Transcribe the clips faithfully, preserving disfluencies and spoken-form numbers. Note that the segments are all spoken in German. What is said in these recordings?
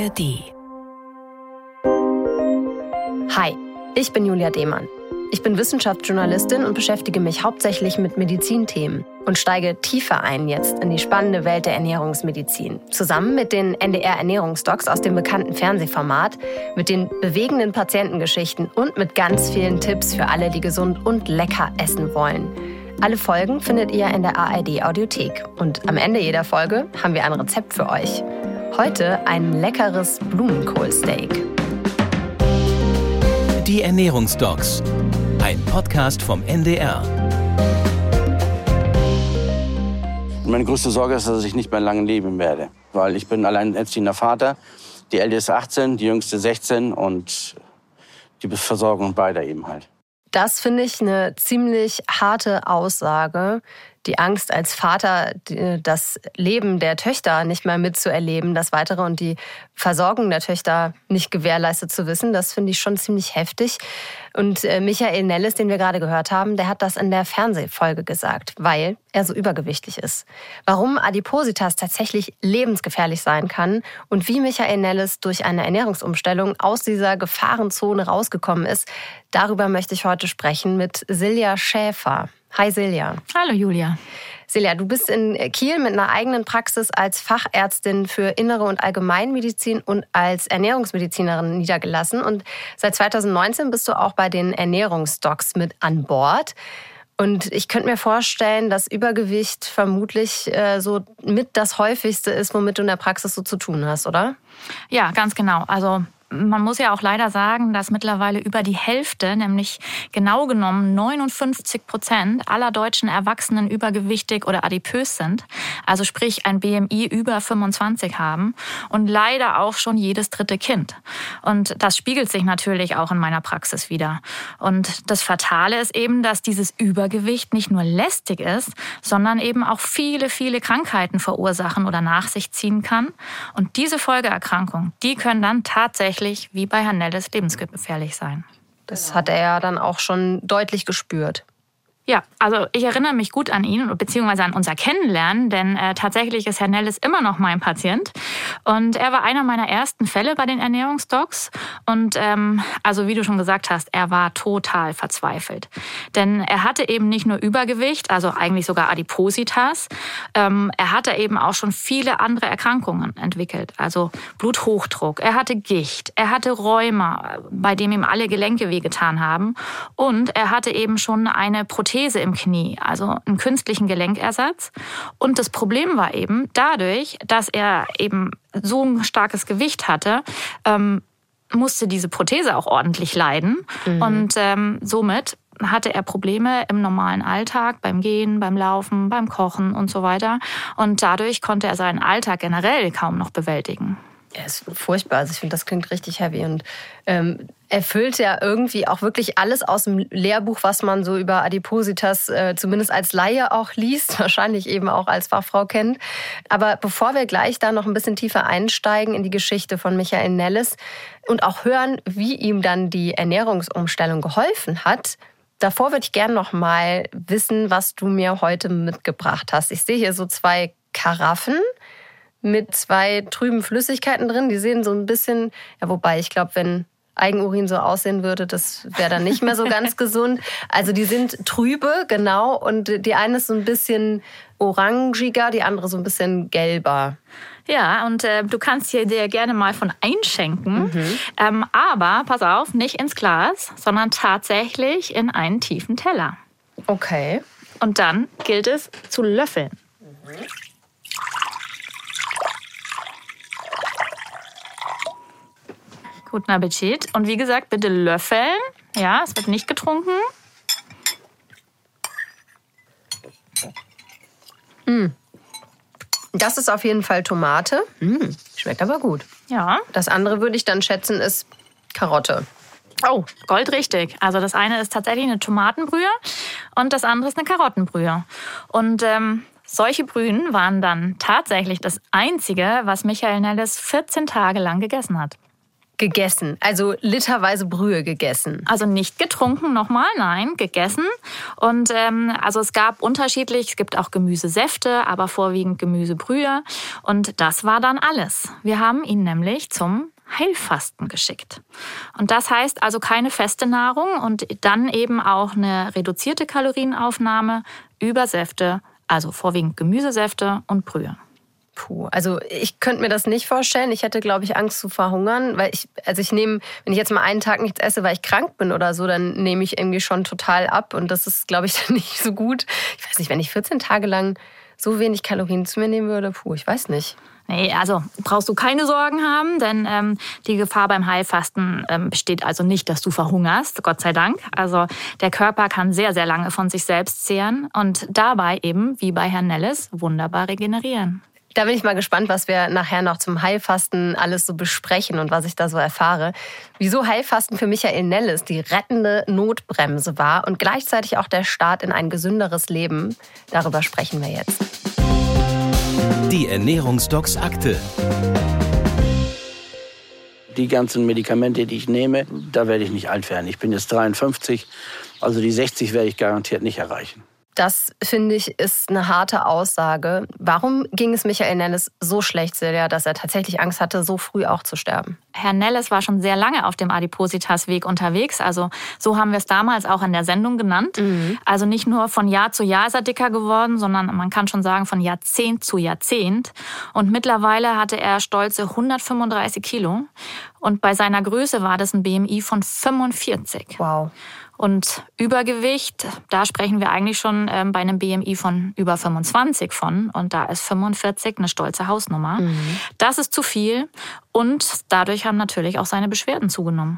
R D. Hi, ich bin Julia Dehmann. Ich bin Wissenschaftsjournalistin und beschäftige mich hauptsächlich mit Medizinthemen und steige tiefer ein jetzt in die spannende Welt der Ernährungsmedizin. Zusammen mit den N D R-Ernährungsdocs aus dem bekannten Fernsehformat, mit den bewegenden Patientengeschichten und mit ganz vielen Tipps für alle, die gesund und lecker essen wollen. Alle Folgen findet ihr in der A R D-Audiothek. Und am Ende jeder Folge haben wir ein Rezept für euch. Heute ein leckeres Blumenkohlsteak. Die Ernährungsdocs. Ein Podcast vom N D R. Meine größte Sorge ist, dass ich nicht mehr lange leben werde. Weil ich bin alleinerziehender Vater. Die älteste achtzehn, die jüngste sechzehn und die Versorgung beider eben halt. Das finde ich eine ziemlich harte Aussage. Die Angst als Vater, das Leben der Töchter nicht mehr mitzuerleben, das Weitere und die Versorgung der Töchter nicht gewährleistet zu wissen, das finde ich schon ziemlich heftig. Und Michael Nelles, den wir gerade gehört haben, der hat das in der Fernsehfolge gesagt, weil er so übergewichtig ist. Warum Adipositas tatsächlich lebensgefährlich sein kann und wie Michael Nelles durch eine Ernährungsumstellung aus dieser Gefahrenzone rausgekommen ist, darüber möchte ich heute sprechen mit Silja Schäfer. Hi Silja. Hallo Julia. Silja, du bist in Kiel mit einer eigenen Praxis als Fachärztin für Innere und Allgemeinmedizin und als Ernährungsmedizinerin niedergelassen. Und seit zweitausendneunzehn bist du auch bei den Ernährungsdocs mit an Bord. Und ich könnte mir vorstellen, dass Übergewicht vermutlich äh, so mit das häufigste ist, womit du in der Praxis so zu tun hast, oder? Ja, ganz genau. Also man muss ja auch leider sagen, dass mittlerweile über die Hälfte, nämlich genau genommen neunundfünfzig Prozent aller deutschen Erwachsenen übergewichtig oder adipös sind. Also sprich ein B M I über fünfundzwanzig haben und leider auch schon jedes dritte Kind. Und das spiegelt sich natürlich auch in meiner Praxis wieder. Und das Fatale ist eben, dass dieses Übergewicht nicht nur lästig ist, sondern eben auch viele, viele Krankheiten verursachen oder nach sich ziehen kann. Und diese Folgeerkrankungen, die können dann tatsächlich wie bei Herrn Nelles lebensgefährlich sein. Das hat er ja dann auch schon deutlich gespürt. Ja, also ich erinnere mich gut an ihn, beziehungsweise an unser Kennenlernen, denn äh, tatsächlich ist Herr Nelles immer noch mein Patient. Und er war einer meiner ersten Fälle bei den Ernährungsdocs. Und ähm, also wie du schon gesagt hast, er war total verzweifelt. Denn er hatte eben nicht nur Übergewicht, also eigentlich sogar Adipositas. Ähm, er hatte eben auch schon viele andere Erkrankungen entwickelt. Also Bluthochdruck, er hatte Gicht, er hatte Rheuma, bei dem ihm alle Gelenke wehgetan haben. Und er hatte eben schon eine Prothese im Knie, also einen künstlichen Gelenkersatz. Und das Problem war eben dadurch, dass er eben so ein starkes Gewicht hatte, ähm, musste diese Prothese auch ordentlich leiden. Mhm. Und ähm, somit hatte er Probleme im normalen Alltag, beim Gehen, beim Laufen, beim Kochen und so weiter. Und dadurch konnte er seinen Alltag generell kaum noch bewältigen. Ja, ist furchtbar. Also ich finde, das klingt richtig heavy und ähm, erfüllt ja irgendwie auch wirklich alles aus dem Lehrbuch, was man so über Adipositas äh, zumindest als Laie auch liest, wahrscheinlich eben auch als Fachfrau kennt. Aber bevor wir gleich da noch ein bisschen tiefer einsteigen in die Geschichte von Michael Nelles und auch hören, wie ihm dann die Ernährungsumstellung geholfen hat, davor würde ich gerne noch mal wissen, was du mir heute mitgebracht hast. Ich sehe hier so zwei Karaffen mit zwei trüben Flüssigkeiten drin. Die sehen so ein bisschen, ja, wobei ich glaube, wenn Eigenurin so aussehen würde, das wäre dann nicht mehr so ganz gesund. Also die sind trübe, genau. Und die eine ist so ein bisschen orangiger, die andere so ein bisschen gelber. Ja, und äh, du kannst hier dir gerne mal von einschenken. Mhm. Ähm, aber, pass auf, nicht ins Glas, sondern tatsächlich in einen tiefen Teller. Okay. Und dann gilt es zu löffeln. Mhm. Guten Appetit. Und wie gesagt, bitte löffeln. Ja, es wird nicht getrunken. Mm. Das ist auf jeden Fall Tomate. Mm. Schmeckt aber gut. Ja. Das andere würde ich dann schätzen, ist Karotte. Oh, goldrichtig. Also das eine ist tatsächlich eine Tomatenbrühe und das andere ist eine Karottenbrühe. Und ähm, solche Brühen waren dann tatsächlich das Einzige, was Michael Nelles vierzehn Tage lang gegessen hat. gegessen, also literweise Brühe gegessen. Also nicht getrunken, nochmal, nein, gegessen. Und ähm, also es gab unterschiedlich, es gibt auch Gemüsesäfte, aber vorwiegend Gemüsebrühe. Und das war dann alles. Wir haben ihn nämlich zum Heilfasten geschickt. Und das heißt also keine feste Nahrung und dann eben auch eine reduzierte Kalorienaufnahme über Säfte, also vorwiegend Gemüsesäfte und Brühe. Puh, also ich könnte mir das nicht vorstellen. Ich hätte, glaube ich, Angst zu verhungern, weil ich, also ich nehme, wenn ich jetzt mal einen Tag nichts esse, weil ich krank bin oder so, dann nehme ich irgendwie schon total ab und das ist, glaube ich, dann nicht so gut. Ich weiß nicht, wenn ich vierzehn Tage lang so wenig Kalorien zu mir nehmen würde, puh, ich weiß nicht. Nee, also brauchst du keine Sorgen haben, denn ähm, die Gefahr beim Heilfasten ähm, besteht also nicht, dass du verhungerst, Gott sei Dank. Also der Körper kann sehr, sehr lange von sich selbst zehren und dabei eben, wie bei Herrn Nelles, wunderbar regenerieren. Da bin ich mal gespannt, was wir nachher noch zum Heilfasten alles so besprechen und was ich da so erfahre. Wieso Heilfasten für Michael Nelles die rettende Notbremse war und gleichzeitig auch der Start in ein gesünderes Leben, darüber sprechen wir jetzt. Die Ernährungsdocs Akte. Die ganzen Medikamente, die ich nehme, da werde ich nicht alt werden. Ich bin jetzt dreiundfünfzig, also die sechzig werde ich garantiert nicht erreichen. Das, finde ich, ist eine harte Aussage. Warum ging es Michael Nelles so schlecht, Silja, dass er tatsächlich Angst hatte, so früh auch zu sterben? Herr Nelles war schon sehr lange auf dem Adipositas-Weg unterwegs. Also so haben wir es damals auch in der Sendung genannt. Mhm. Also nicht nur von Jahr zu Jahr ist er dicker geworden, sondern man kann schon sagen von Jahrzehnt zu Jahrzehnt. Und mittlerweile hatte er stolze hundertfünfunddreißig Kilo. Und bei seiner Größe war das ein B M I von fünfundvierzig. Wow. Und Übergewicht, da sprechen wir eigentlich schon ähm, bei einem B M I von über fünfundzwanzig von. Und da ist fünfundvierzig eine stolze Hausnummer. Mhm. Das ist zu viel. Und dadurch haben natürlich auch seine Beschwerden zugenommen.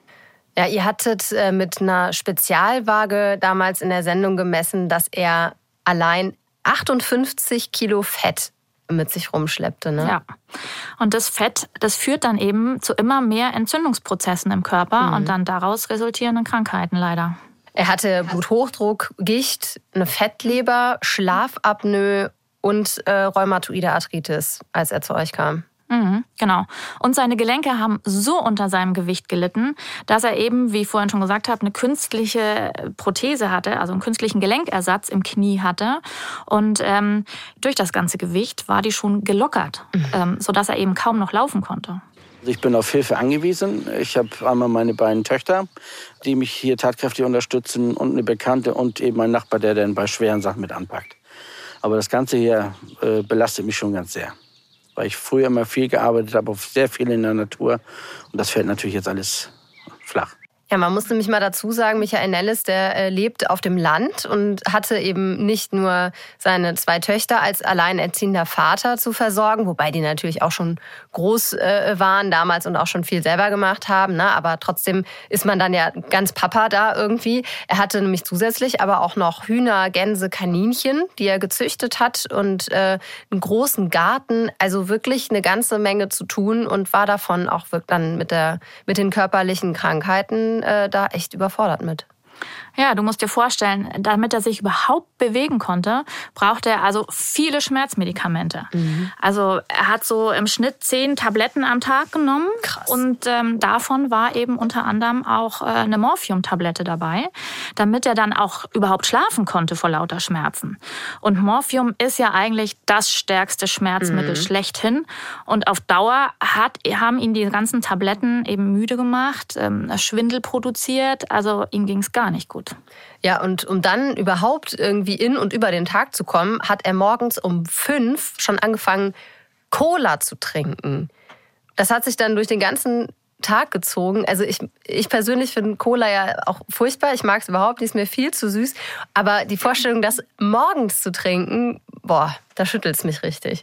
Ja, ihr hattet äh, mit einer Spezialwaage damals in der Sendung gemessen, dass er allein achtundfünfzig Kilo Fett mit sich rumschleppte, ne? Ja. Und das Fett, das führt dann eben zu immer mehr Entzündungsprozessen im Körper mhm. und dann daraus resultierenden Krankheiten leider. Er hatte Bluthochdruck, Gicht, eine Fettleber, Schlafapnoe und äh, rheumatoide Arthritis, als er zu euch kam. Mhm, genau. Und seine Gelenke haben so unter seinem Gewicht gelitten, dass er eben, wie ich vorhin schon gesagt habe, eine künstliche Prothese hatte, also einen künstlichen Gelenkersatz im Knie hatte. Und ähm, durch das ganze Gewicht war die schon gelockert, mhm. ähm, sodass er eben kaum noch laufen konnte. Ich bin auf Hilfe angewiesen. Ich habe einmal meine beiden Töchter, die mich hier tatkräftig unterstützen und eine Bekannte und eben ein Nachbar, der dann bei schweren Sachen mit anpackt. Aber das Ganze hier äh, belastet mich schon ganz sehr. Weil ich früher immer viel gearbeitet habe, auf sehr viel in der Natur. Und das fällt natürlich jetzt alles flach. Ja, man muss nämlich mal dazu sagen, Michael Nelles, der äh, lebt auf dem Land und hatte eben nicht nur seine zwei Töchter als alleinerziehender Vater zu versorgen, wobei die natürlich auch schon groß äh, waren damals und auch schon viel selber gemacht haben, ne? Aber trotzdem ist man dann ja ganz Papa da irgendwie. Er hatte nämlich zusätzlich aber auch noch Hühner, Gänse, Kaninchen, die er gezüchtet hat und äh, einen großen Garten, also wirklich eine ganze Menge zu tun und war davon auch wirklich dann mit, der, mit den körperlichen Krankheiten da echt überfordert mit. Ja, du musst dir vorstellen, damit er sich überhaupt bewegen konnte, brauchte er also viele Schmerzmedikamente. Mhm. Also er hat so im Schnitt zehn Tabletten am Tag genommen. Krass. Und ähm, davon war eben unter anderem auch äh, eine Morphium-Tablette dabei, damit er dann auch überhaupt schlafen konnte vor lauter Schmerzen. Und Morphium ist ja eigentlich das stärkste Schmerzmittel mhm. schlechthin. Und auf Dauer hat, haben ihn die ganzen Tabletten eben müde gemacht, ähm, Schwindel produziert, also ihm ging es gar nicht gut. Ja, und um dann überhaupt irgendwie in und über den Tag zu kommen, hat er morgens um fünf schon angefangen, Cola zu trinken. Das hat sich dann durch den ganzen Tag gezogen. Also ich, ich persönlich finde Cola ja auch furchtbar. Ich mag es überhaupt nicht, ist mir viel zu süß. Aber die Vorstellung, das morgens zu trinken, boah, da schüttelt es mich richtig.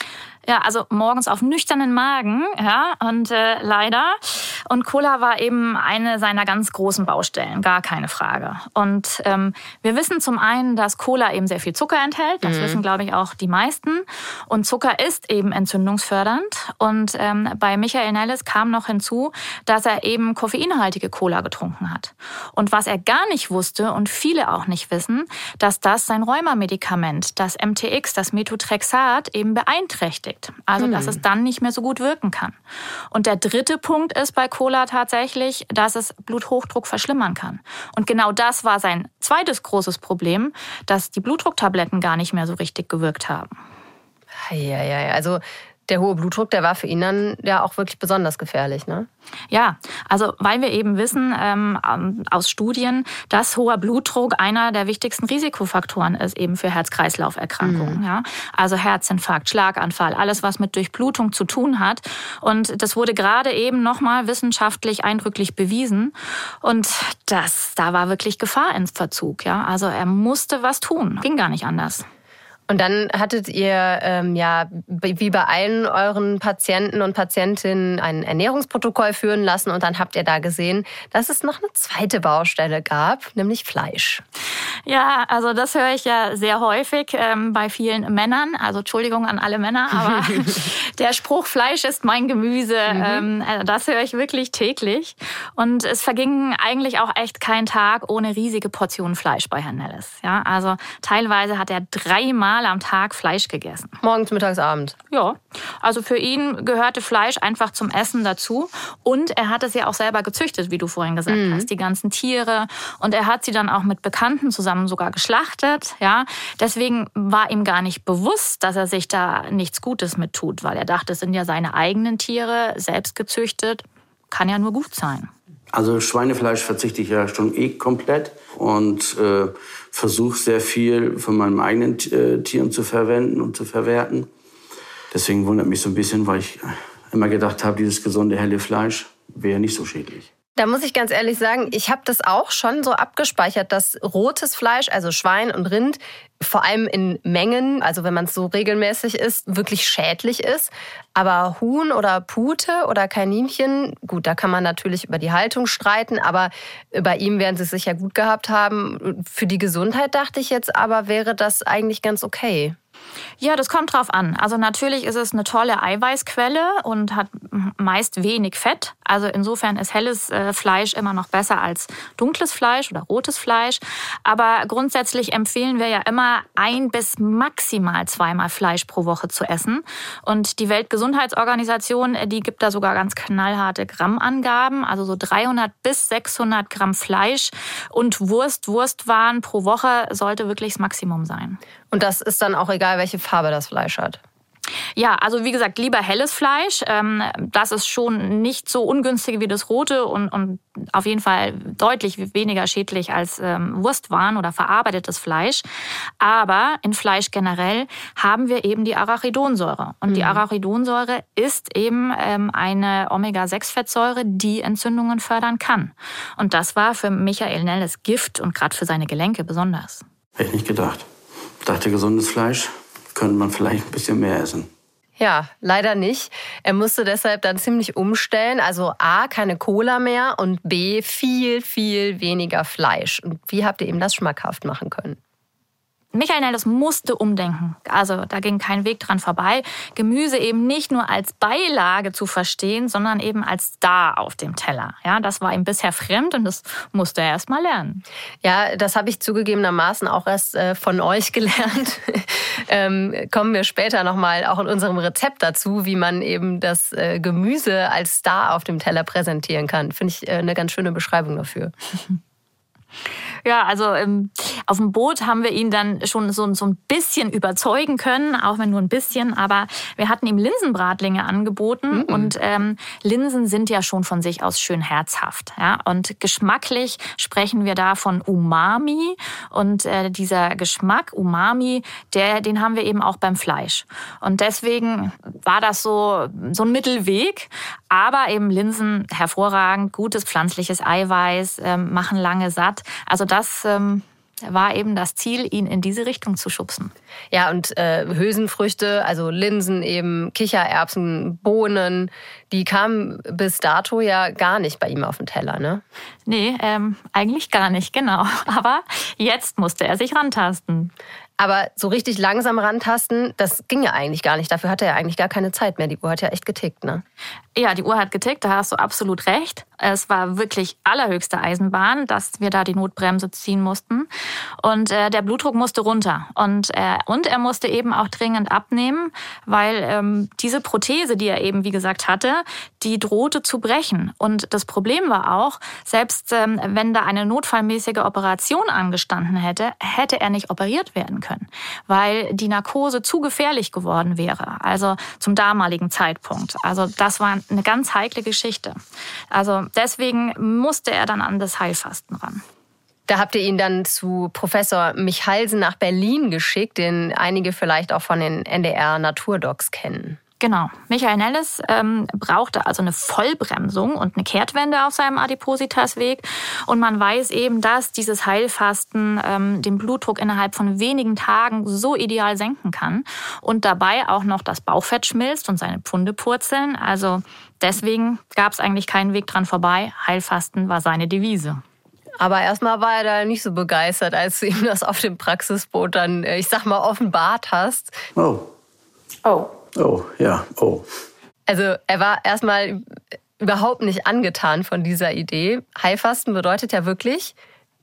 Ja, also morgens auf nüchternen Magen, ja, und äh, leider. Und Cola war eben eine seiner ganz großen Baustellen, gar keine Frage. Und ähm, wir wissen zum einen, dass Cola eben sehr viel Zucker enthält. Das mhm. wissen, glaube ich, auch die meisten. Und Zucker ist eben entzündungsfördernd. Und ähm, bei Michael Nelles kam noch hinzu, dass er eben koffeinhaltige Cola getrunken hat. Und was er gar nicht wusste und viele auch nicht wissen, dass das sein Rheumamedikament, das M T X, das Methotrexat, eben beeinträchtigt. Also, dass es dann nicht mehr so gut wirken kann. Und der dritte Punkt ist bei Cola tatsächlich, dass es Bluthochdruck verschlimmern kann. Und genau das war sein zweites großes Problem, dass die Blutdrucktabletten gar nicht mehr so richtig gewirkt haben. Ja, ja, ja. Also der hohe Blutdruck, der war für ihn dann ja auch wirklich besonders gefährlich, ne? Ja, also weil wir eben wissen ähm, aus Studien, dass hoher Blutdruck einer der wichtigsten Risikofaktoren ist eben für Herz-Kreislauf-Erkrankungen. Mhm. Ja? Also Herzinfarkt, Schlaganfall, alles was mit Durchblutung zu tun hat. Und das wurde gerade eben nochmal wissenschaftlich eindrücklich bewiesen. Und das, da war wirklich Gefahr im Verzug. Ja? Also er musste was tun, ging gar nicht anders. Und dann hattet ihr ähm, ja wie bei allen euren Patienten und Patientinnen ein Ernährungsprotokoll führen lassen und dann habt ihr da gesehen, dass es noch eine zweite Baustelle gab, nämlich Fleisch. Ja, also das höre ich ja sehr häufig ähm, bei vielen Männern. Also Entschuldigung an alle Männer, aber der Spruch Fleisch ist mein Gemüse, mhm. ähm, das höre ich wirklich täglich. Und es verging eigentlich auch echt kein Tag ohne riesige Portionen Fleisch bei Herrn Nelles. Ja, also teilweise hat er dreimal am Tag Fleisch gegessen. Morgens, mittags, abends? Ja, also für ihn gehörte Fleisch einfach zum Essen dazu. Und er hat es ja auch selber gezüchtet, wie du vorhin gesagt mhm. hast, die ganzen Tiere. Und er hat sie dann auch mit Bekannten zusammen sogar geschlachtet. Ja, deswegen war ihm gar nicht bewusst, dass er sich da nichts Gutes mit tut, weil er dachte, es sind ja seine eigenen Tiere, selbst gezüchtet, kann ja nur gut sein. Also Schweinefleisch verzichte ich ja schon eh komplett und äh, versuche sehr viel von meinen eigenen äh, Tieren zu verwenden und zu verwerten. Deswegen wundert mich so ein bisschen, weil ich immer gedacht habe, dieses gesunde, helle Fleisch wäre nicht so schädlich. Da muss ich ganz ehrlich sagen, ich habe das auch schon so abgespeichert, dass rotes Fleisch, also Schwein und Rind, vor allem in Mengen, also wenn man es so regelmäßig isst, wirklich schädlich ist. Aber Huhn oder Pute oder Kaninchen, gut, da kann man natürlich über die Haltung streiten, aber bei ihm werden sie es sicher gut gehabt haben. Für die Gesundheit dachte ich jetzt aber, wäre das eigentlich ganz okay. Ja, das kommt drauf an. Also natürlich ist es eine tolle Eiweißquelle und hat meist wenig Fett. Also insofern ist helles äh, Fleisch immer noch besser als dunkles Fleisch oder rotes Fleisch. Aber grundsätzlich empfehlen wir ja immer ein bis maximal zweimal Fleisch pro Woche zu essen. Und die Weltgesundheitsorganisation, die gibt da sogar ganz knallharte Grammangaben. Also so dreihundert bis sechshundert Gramm Fleisch und Wurst, Wurstwaren pro Woche sollte wirklich das Maximum sein. Und das ist dann auch egal, welche Farbe das Fleisch hat? Ja, also wie gesagt, lieber helles Fleisch. Das ist schon nicht so ungünstig wie das rote und, und auf jeden Fall deutlich weniger schädlich als Wurstwaren oder verarbeitetes Fleisch. Aber in Fleisch generell haben wir eben die Arachidonsäure. Und mhm. die Arachidonsäure ist eben eine Omega sechs Fettsäure, die Entzündungen fördern kann. Und das war für Michael Nelles Gift und gerade für seine Gelenke besonders. Hätte ich nicht gedacht. Ich dachte, gesundes Fleisch könnte man vielleicht ein bisschen mehr essen. Ja, leider nicht. Er musste deshalb dann ziemlich umstellen. Also A, keine Cola mehr und B, viel, viel weniger Fleisch. Und wie habt ihr ihm das schmackhaft machen können? Michael Nelles musste umdenken. Also da ging kein Weg dran vorbei. Gemüse eben nicht nur als Beilage zu verstehen, sondern eben als Star auf dem Teller. Ja, das war ihm bisher fremd und das musste er erst mal lernen. Ja, das habe ich zugegebenermaßen auch erst äh, von euch gelernt. ähm, kommen wir später nochmal auch in unserem Rezept dazu, wie man eben das äh, Gemüse als Star auf dem Teller präsentieren kann. Finde ich äh, eine ganz schöne Beschreibung dafür. Ja, also ähm, auf dem Boot haben wir ihn dann schon so, so ein bisschen überzeugen können, auch wenn nur ein bisschen. Aber wir hatten ihm Linsenbratlinge angeboten mhm. und ähm, Linsen sind ja schon von sich aus schön herzhaft. Ja? Und geschmacklich sprechen wir da von Umami. Und äh, dieser Geschmack, Umami, der, den haben wir eben auch beim Fleisch. Und deswegen war das so, so ein Mittelweg. Aber eben Linsen hervorragend, gutes pflanzliches Eiweiß, ähm, machen lange satt. Also das ähm, war eben das Ziel, ihn in diese Richtung zu schubsen. Ja, und äh, Hülsenfrüchte, also Linsen eben, Kichererbsen, Bohnen, die kamen bis dato ja gar nicht bei ihm auf den Teller, ne? Nee, ähm, eigentlich gar nicht, genau. Aber jetzt musste er sich rantasten. Aber so richtig langsam rantasten, das ging ja eigentlich gar nicht. Dafür hatte er eigentlich gar keine Zeit mehr. Die Uhr hat ja echt getickt, ne? Ja, die Uhr hat getickt, da hast du absolut recht. Es war wirklich allerhöchste Eisenbahn, dass wir da die Notbremse ziehen mussten. Und äh, der Blutdruck musste runter. Und, äh, und er musste eben auch dringend abnehmen, weil ähm, diese Prothese, die er eben, wie gesagt, hatte, die drohte zu brechen. Und das Problem war auch, selbst ähm, wenn da eine notfallmäßige Operation angestanden hätte, hätte er nicht operiert werden können, weil die Narkose zu gefährlich geworden wäre, also zum damaligen Zeitpunkt. Also das war eine ganz heikle Geschichte. Also deswegen musste er dann an das Heilfasten ran. Da habt ihr ihn dann zu Professor Michalsen nach Berlin geschickt, den einige vielleicht auch von den N D R Naturdocs kennen. Genau. Michael Nelles ähm, brauchte also eine Vollbremsung und eine Kehrtwende auf seinem Adipositas-Weg. Und man weiß eben, dass dieses Heilfasten ähm, den Blutdruck innerhalb von wenigen Tagen so ideal senken kann und dabei auch noch das Bauchfett schmilzt und seine Pfunde purzeln. Also deswegen gab es eigentlich keinen Weg dran vorbei. Heilfasten war seine Devise. Aber erstmal war er da nicht so begeistert, als du ihm das auf dem Praxisboot dann, ich sag mal, offenbart hast. Oh. Oh. Oh, ja, oh. Also er war erstmal überhaupt nicht angetan von dieser Idee. Heilfasten bedeutet ja wirklich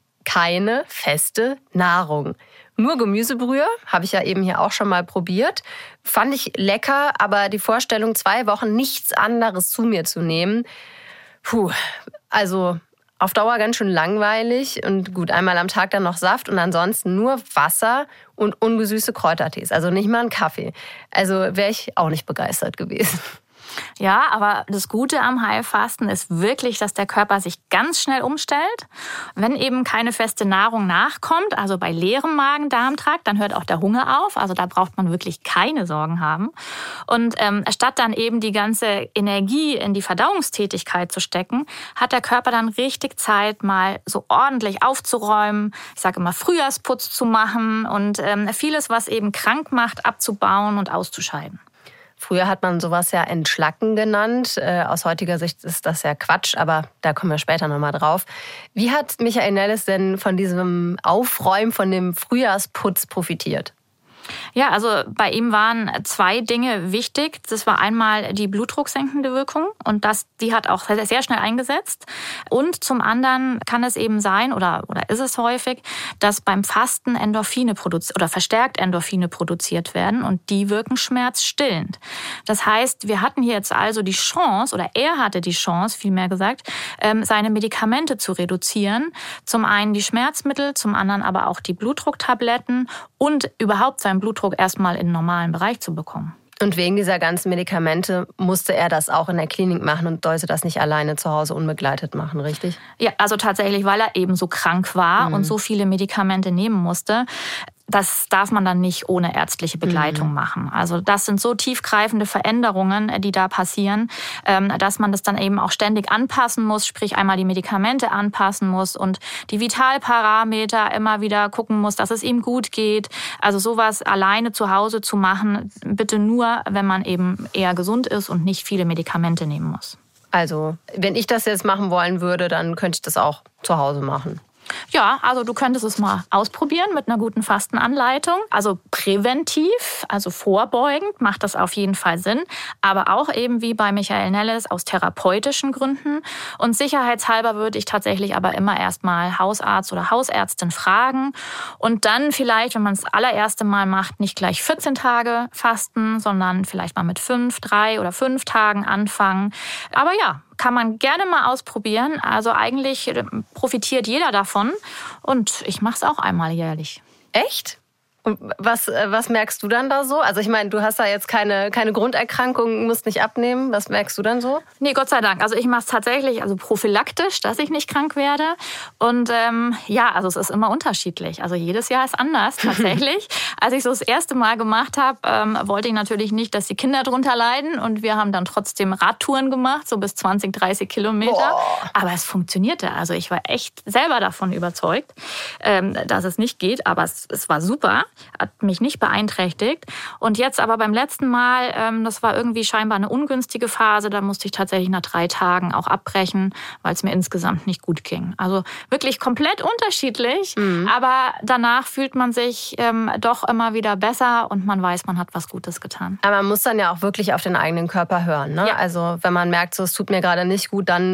keine feste Nahrung. Nur Gemüsebrühe, habe ich ja eben hier auch schon mal probiert. Fand ich lecker, aber die Vorstellung, zwei Wochen nichts anderes zu mir zu nehmen, puh, also auf Dauer ganz schön langweilig. Und gut, einmal am Tag dann noch Saft und ansonsten nur Wasser und ungesüßte Kräutertees. Also nicht mal ein Kaffee. Also wäre ich auch nicht begeistert gewesen. Ja, aber das Gute am Heilfasten ist wirklich, dass der Körper sich ganz schnell umstellt. Wenn eben keine feste Nahrung nachkommt, also bei leerem Magen-Darm-Trakt, dann hört auch der Hunger auf. Also da braucht man wirklich keine Sorgen haben. Und ähm, statt dann eben die ganze Energie in die Verdauungstätigkeit zu stecken, hat der Körper dann richtig Zeit, mal so ordentlich aufzuräumen. Ich sage immer, Frühjahrsputz zu machen und ähm, vieles, was eben krank macht, abzubauen und auszuscheiden. Früher hat man sowas ja Entschlacken genannt. Äh, aus heutiger Sicht ist das ja Quatsch, aber da kommen wir später nochmal drauf. Wie hat Michael Nelles denn von diesem Aufräumen, von dem Frühjahrsputz profitiert? Ja, also bei ihm waren zwei Dinge wichtig. Das war einmal die blutdrucksenkende Wirkung und das, die hat auch sehr schnell eingesetzt. Und zum anderen kann es eben sein oder, oder ist es häufig, dass beim Fasten Endorphine produziert oder verstärkt Endorphine produziert werden und die wirken schmerzstillend. Das heißt, wir hatten hier jetzt also die Chance oder er hatte die Chance, vielmehr gesagt, seine Medikamente zu reduzieren. Zum einen die Schmerzmittel, zum anderen aber auch die Blutdrucktabletten und überhaupt sein Blutdruck erstmal in den normalen Bereich zu bekommen. Und wegen dieser ganzen Medikamente musste er das auch in der Klinik machen und sollte das nicht alleine zu Hause unbegleitet machen, richtig? Ja, also tatsächlich, weil er eben so krank war mhm. und so viele Medikamente nehmen musste. Das darf man dann nicht ohne ärztliche Begleitung mhm. machen. Also das sind so tiefgreifende Veränderungen, die da passieren, dass man das dann eben auch ständig anpassen muss, sprich einmal die Medikamente anpassen muss und die Vitalparameter immer wieder gucken muss, dass es ihm gut geht. Also sowas alleine zu Hause zu machen, bitte nur, wenn man eben eher gesund ist und nicht viele Medikamente nehmen muss. Also wenn ich das jetzt machen wollen würde, dann könnte ich das auch zu Hause machen. Ja, also du könntest es mal ausprobieren mit einer guten Fastenanleitung. Also präventiv, also vorbeugend macht das auf jeden Fall Sinn. Aber auch eben wie bei Michael Nelles aus therapeutischen Gründen. Und sicherheitshalber würde ich tatsächlich aber immer erstmal Hausarzt oder Hausärztin fragen. Und dann vielleicht, wenn man es das allererste Mal macht, nicht gleich vierzehn Tage fasten, sondern vielleicht mal mit fünf, drei oder fünf Tagen anfangen. Aber ja, kann man gerne mal ausprobieren. Also eigentlich profitiert jeder davon. Und ich mache es auch einmal jährlich. Echt? Und was, was merkst du dann da so? Also ich meine, du hast da jetzt keine, keine Grunderkrankung, musst nicht abnehmen. Was merkst du dann so? Nee, Gott sei Dank. Also ich mache es tatsächlich also prophylaktisch, dass ich nicht krank werde. Und ähm, ja, also es ist immer unterschiedlich. Also jedes Jahr ist anders tatsächlich. Als ich so das erste Mal gemacht habe, ähm, wollte ich natürlich nicht, dass die Kinder drunter leiden. Und wir haben dann trotzdem Radtouren gemacht, so bis zwanzig, dreißig Kilometer. Boah. Aber es funktionierte. Also ich war echt selber davon überzeugt, ähm, dass es nicht geht. Aber es, es war super. Hat mich nicht beeinträchtigt. Und jetzt aber beim letzten Mal, ähm, das war irgendwie scheinbar eine ungünstige Phase, da musste ich tatsächlich nach drei Tagen auch abbrechen, weil es mir insgesamt nicht gut ging. Also wirklich komplett unterschiedlich, mhm. aber danach fühlt man sich ähm, doch immer wieder besser und man weiß, man hat was Gutes getan. Aber man muss dann ja auch wirklich auf den eigenen Körper hören, ne? Ja. Also wenn man merkt, so, es tut mir gerade nicht gut, dann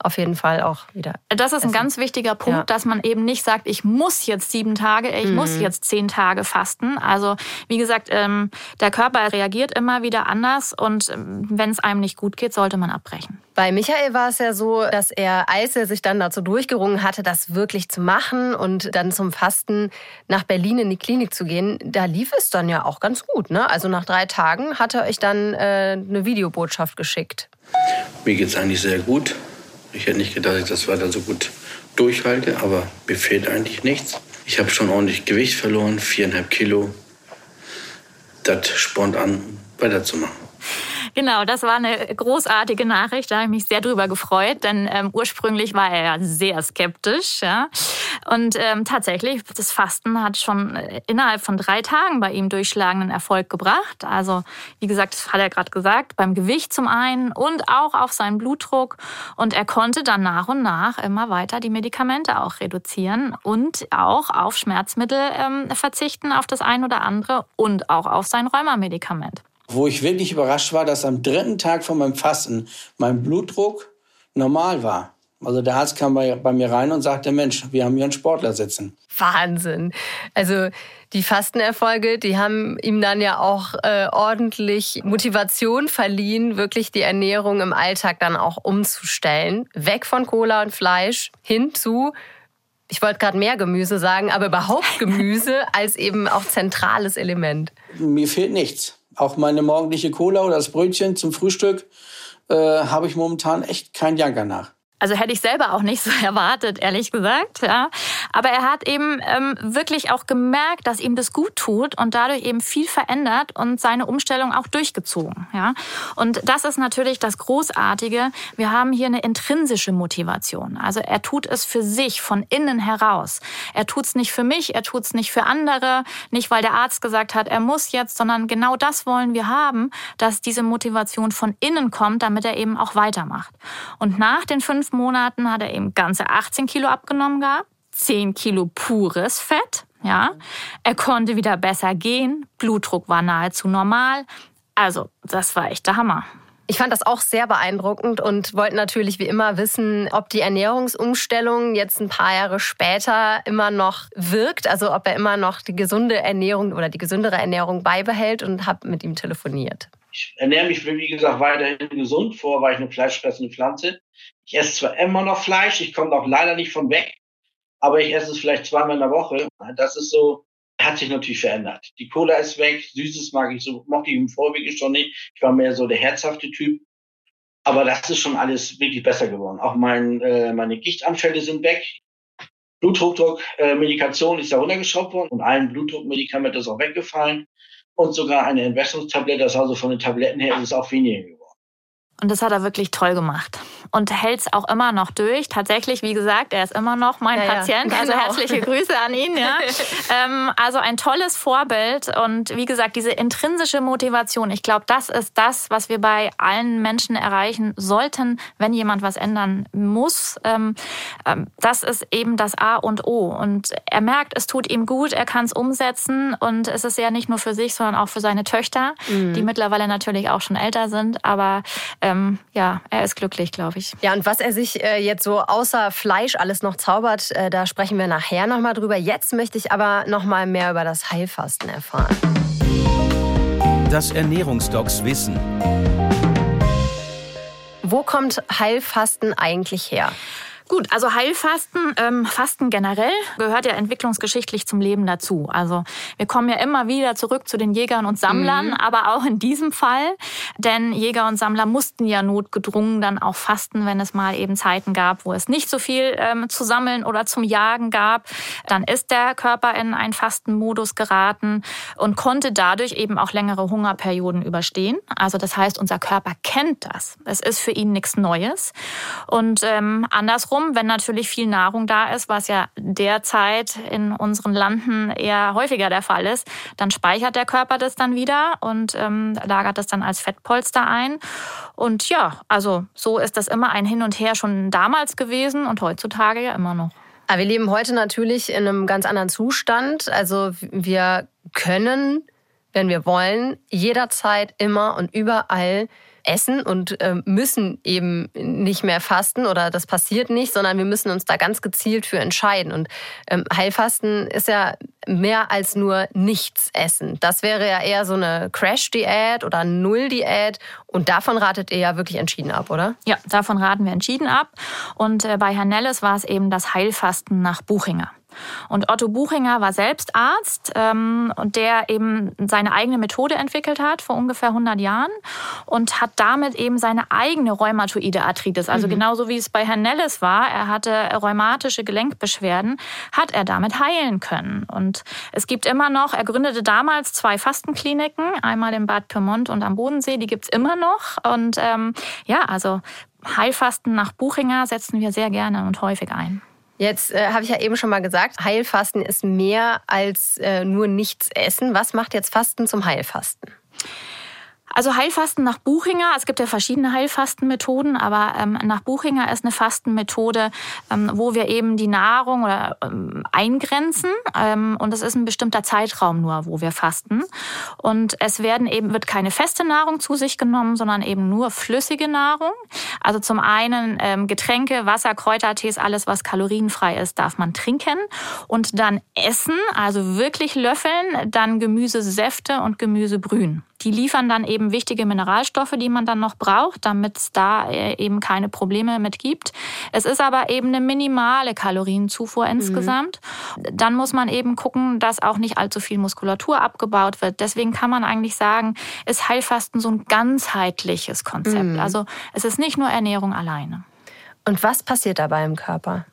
auf jeden Fall auch wieder Das ist essen. ein ganz wichtiger Punkt, Ja. dass man eben nicht sagt, ich muss jetzt sieben Tage, ich Mhm. muss jetzt zehn Tage fasten. Also wie gesagt, ähm, der Körper reagiert immer wieder anders und ähm, wenn es einem nicht gut geht, sollte man abbrechen. Bei Michael war es ja so, dass er, als er sich dann dazu durchgerungen hatte, das wirklich zu machen und dann zum Fasten nach Berlin in die Klinik zu gehen, da lief es dann ja auch ganz gut, ne? Also nach drei Tagen hat er euch dann äh, eine Videobotschaft geschickt. Mir geht's eigentlich sehr gut. Ich hätte nicht gedacht, dass ich das weiter so gut durchhalte, aber mir fehlt eigentlich nichts. Ich habe schon ordentlich Gewicht verloren, viereinhalb Kilo. Das spornt an, weiterzumachen. Genau, das war eine großartige Nachricht, da habe ich mich sehr drüber gefreut, denn ähm, ursprünglich war er ja sehr skeptisch. Ja? Und ähm, tatsächlich, das Fasten hat schon innerhalb von drei Tagen bei ihm durchschlagenden Erfolg gebracht. Also wie gesagt, das hat er gerade gesagt, beim Gewicht zum einen und auch auf seinen Blutdruck. Und er konnte dann nach und nach immer weiter die Medikamente auch reduzieren und auch auf Schmerzmittel ähm, verzichten, auf das ein oder andere und auch auf sein Rheumamedikament. Wo ich wirklich überrascht war, dass am dritten Tag von meinem Fasten mein Blutdruck normal war. Also der Arzt kam bei, bei mir rein und sagte, Mensch, wir haben hier einen Sportler sitzen. Wahnsinn. Also die Fastenerfolge, die haben ihm dann ja auch äh, ordentlich Motivation verliehen, wirklich die Ernährung im Alltag dann auch umzustellen. Weg von Cola und Fleisch hin zu, ich wollte gerade mehr Gemüse sagen, aber überhaupt Gemüse als eben auch zentrales Element. Mir fehlt nichts. Auch meine morgendliche Cola oder das Brötchen zum Frühstück äh, habe ich momentan echt keinen Janker nach. Also hätte ich selber auch nicht so erwartet, ehrlich gesagt. Ja. Aber er hat eben ähm, wirklich auch gemerkt, dass ihm das gut tut und dadurch eben viel verändert und seine Umstellung auch durchgezogen. Ja. Und das ist natürlich das Großartige. Wir haben hier eine intrinsische Motivation. Also er tut es für sich, von innen heraus. Er tut es nicht für mich, er tut es nicht für andere, nicht weil der Arzt gesagt hat, er muss jetzt, sondern genau das wollen wir haben, dass diese Motivation von innen kommt, damit er eben auch weitermacht. Und nach den fünf Monaten hat er eben ganze achtzehn Kilo abgenommen gehabt, zehn Kilo pures Fett, ja. Er konnte wieder besser gehen, Blutdruck war nahezu normal. Also, das war echt der Hammer. Ich fand das auch sehr beeindruckend und wollte natürlich wie immer wissen, ob die Ernährungsumstellung jetzt ein paar Jahre später immer noch wirkt, also ob er immer noch die gesunde Ernährung oder die gesündere Ernährung beibehält, und habe mit ihm telefoniert. Ich ernähre mich, wie gesagt, weiterhin gesund. Vorher war ich eine fleischfressende Pflanze. Ich esse zwar immer noch Fleisch, ich komme auch leider nicht von weg, aber ich esse es vielleicht zweimal in der Woche. Das ist so, hat sich natürlich verändert. Die Cola ist weg, Süßes mag ich so, mochte ich im Vorwege schon nicht. Ich war mehr so der herzhafte Typ. Aber das ist schon alles wirklich besser geworden. Auch mein, äh, meine Gichtanfälle sind weg. Bluthochdruck, äh, Medikation ist da runtergeschraubt worden und ein Blutdruckmedikament ist auch weggefallen. Und sogar eine Entwässerungstablette, das also von den Tabletten her ist es auch weniger geworden. Und das hat er wirklich toll gemacht. Und hält es auch immer noch durch. Tatsächlich, wie gesagt, er ist immer noch mein ja, Patient. Ja, also genau. herzliche Grüße an ihn. Ja. ähm, also ein tolles Vorbild. Und wie gesagt, diese intrinsische Motivation, ich glaube, das ist das, was wir bei allen Menschen erreichen sollten, wenn jemand was ändern muss. Ähm, ähm, das ist eben das A und O. Und er merkt, es tut ihm gut, er kann es umsetzen. Und es ist ja nicht nur für sich, sondern auch für seine Töchter, mhm. die mittlerweile natürlich auch schon älter sind. Aber ähm, ja, er ist glücklich, glaube ich. Ja, und was er sich äh, jetzt so außer Fleisch alles noch zaubert, äh, da sprechen wir nachher nochmal drüber. Jetzt möchte ich aber nochmal mehr über das Heilfasten erfahren. Das Ernährungsdocs Wissen. Wo kommt Heilfasten eigentlich her? Gut, also Heilfasten, ähm, Fasten generell gehört ja entwicklungsgeschichtlich zum Leben dazu. Also wir kommen ja immer wieder zurück zu den Jägern und Sammlern, mhm. aber auch in diesem Fall, denn Jäger und Sammler mussten ja notgedrungen dann auch fasten, wenn es mal eben Zeiten gab, wo es nicht so viel ähm, zu sammeln oder zum Jagen gab. Dann ist der Körper in einen Fastenmodus geraten und konnte dadurch eben auch längere Hungerperioden überstehen. Also das heißt, unser Körper kennt das. Es ist für ihn nichts Neues. Und ähm, andersrum, wenn natürlich viel Nahrung da ist, was ja derzeit in unseren Landen eher häufiger der Fall ist, dann speichert der Körper das dann wieder und ähm, lagert das dann als Fettpolster ein. Und ja, also so ist das immer ein Hin und Her schon damals gewesen und heutzutage ja immer noch. Aber wir leben heute natürlich in einem ganz anderen Zustand. Also wir können wenn wir wollen, jederzeit, immer und überall essen und äh, müssen eben nicht mehr fasten oder das passiert nicht, sondern wir müssen uns da ganz gezielt für entscheiden. Und ähm, Heilfasten ist ja mehr als nur nichts essen. Das wäre ja eher so eine Crash-Diät oder Null-Diät und davon ratet ihr ja wirklich entschieden ab, oder? Ja, davon raten wir entschieden ab. Und äh, bei Herrn Nelles war es eben das Heilfasten nach Buchinger. Und Otto Buchinger war selbst Arzt ähm, und der eben seine eigene Methode entwickelt hat vor ungefähr hundert Jahren und hat damit eben seine eigene rheumatoide Arthritis, also mhm. genauso wie es bei Herrn Nelles war, er hatte rheumatische Gelenkbeschwerden, hat er damit heilen können. Und es gibt immer noch, er gründete damals zwei Fastenkliniken, einmal in Bad Pyrmont und am Bodensee, die gibt's immer noch. Und ähm, ja, also Heilfasten nach Buchinger setzen wir sehr gerne und häufig ein. Jetzt äh, habe ich ja eben schon mal gesagt, Heilfasten ist mehr als äh, nur nichts essen. Was macht jetzt Fasten zum Heilfasten? Also Heilfasten nach Buchinger, es gibt ja verschiedene Heilfastenmethoden, aber ähm, nach Buchinger ist eine Fastenmethode, ähm, wo wir eben die Nahrung oder ähm, eingrenzen ähm, und es ist ein bestimmter Zeitraum nur, wo wir fasten und es werden eben wird keine feste Nahrung zu sich genommen, sondern eben nur flüssige Nahrung. Also zum einen ähm, Getränke, Wasser, Kräutertees, alles was kalorienfrei ist, darf man trinken und dann essen, also wirklich löffeln, dann Gemüsesäfte und Gemüsebrühen. Die liefern dann eben wichtige Mineralstoffe, die man dann noch braucht, damit es da eben keine Probleme mit gibt. Es ist aber eben eine minimale Kalorienzufuhr insgesamt. Mhm. Dann muss man eben gucken, dass auch nicht allzu viel Muskulatur abgebaut wird. Deswegen kann man eigentlich sagen, ist Heilfasten so ein ganzheitliches Konzept. Mhm. Also es ist nicht nur Ernährung alleine. Und was passiert dabei im Körper?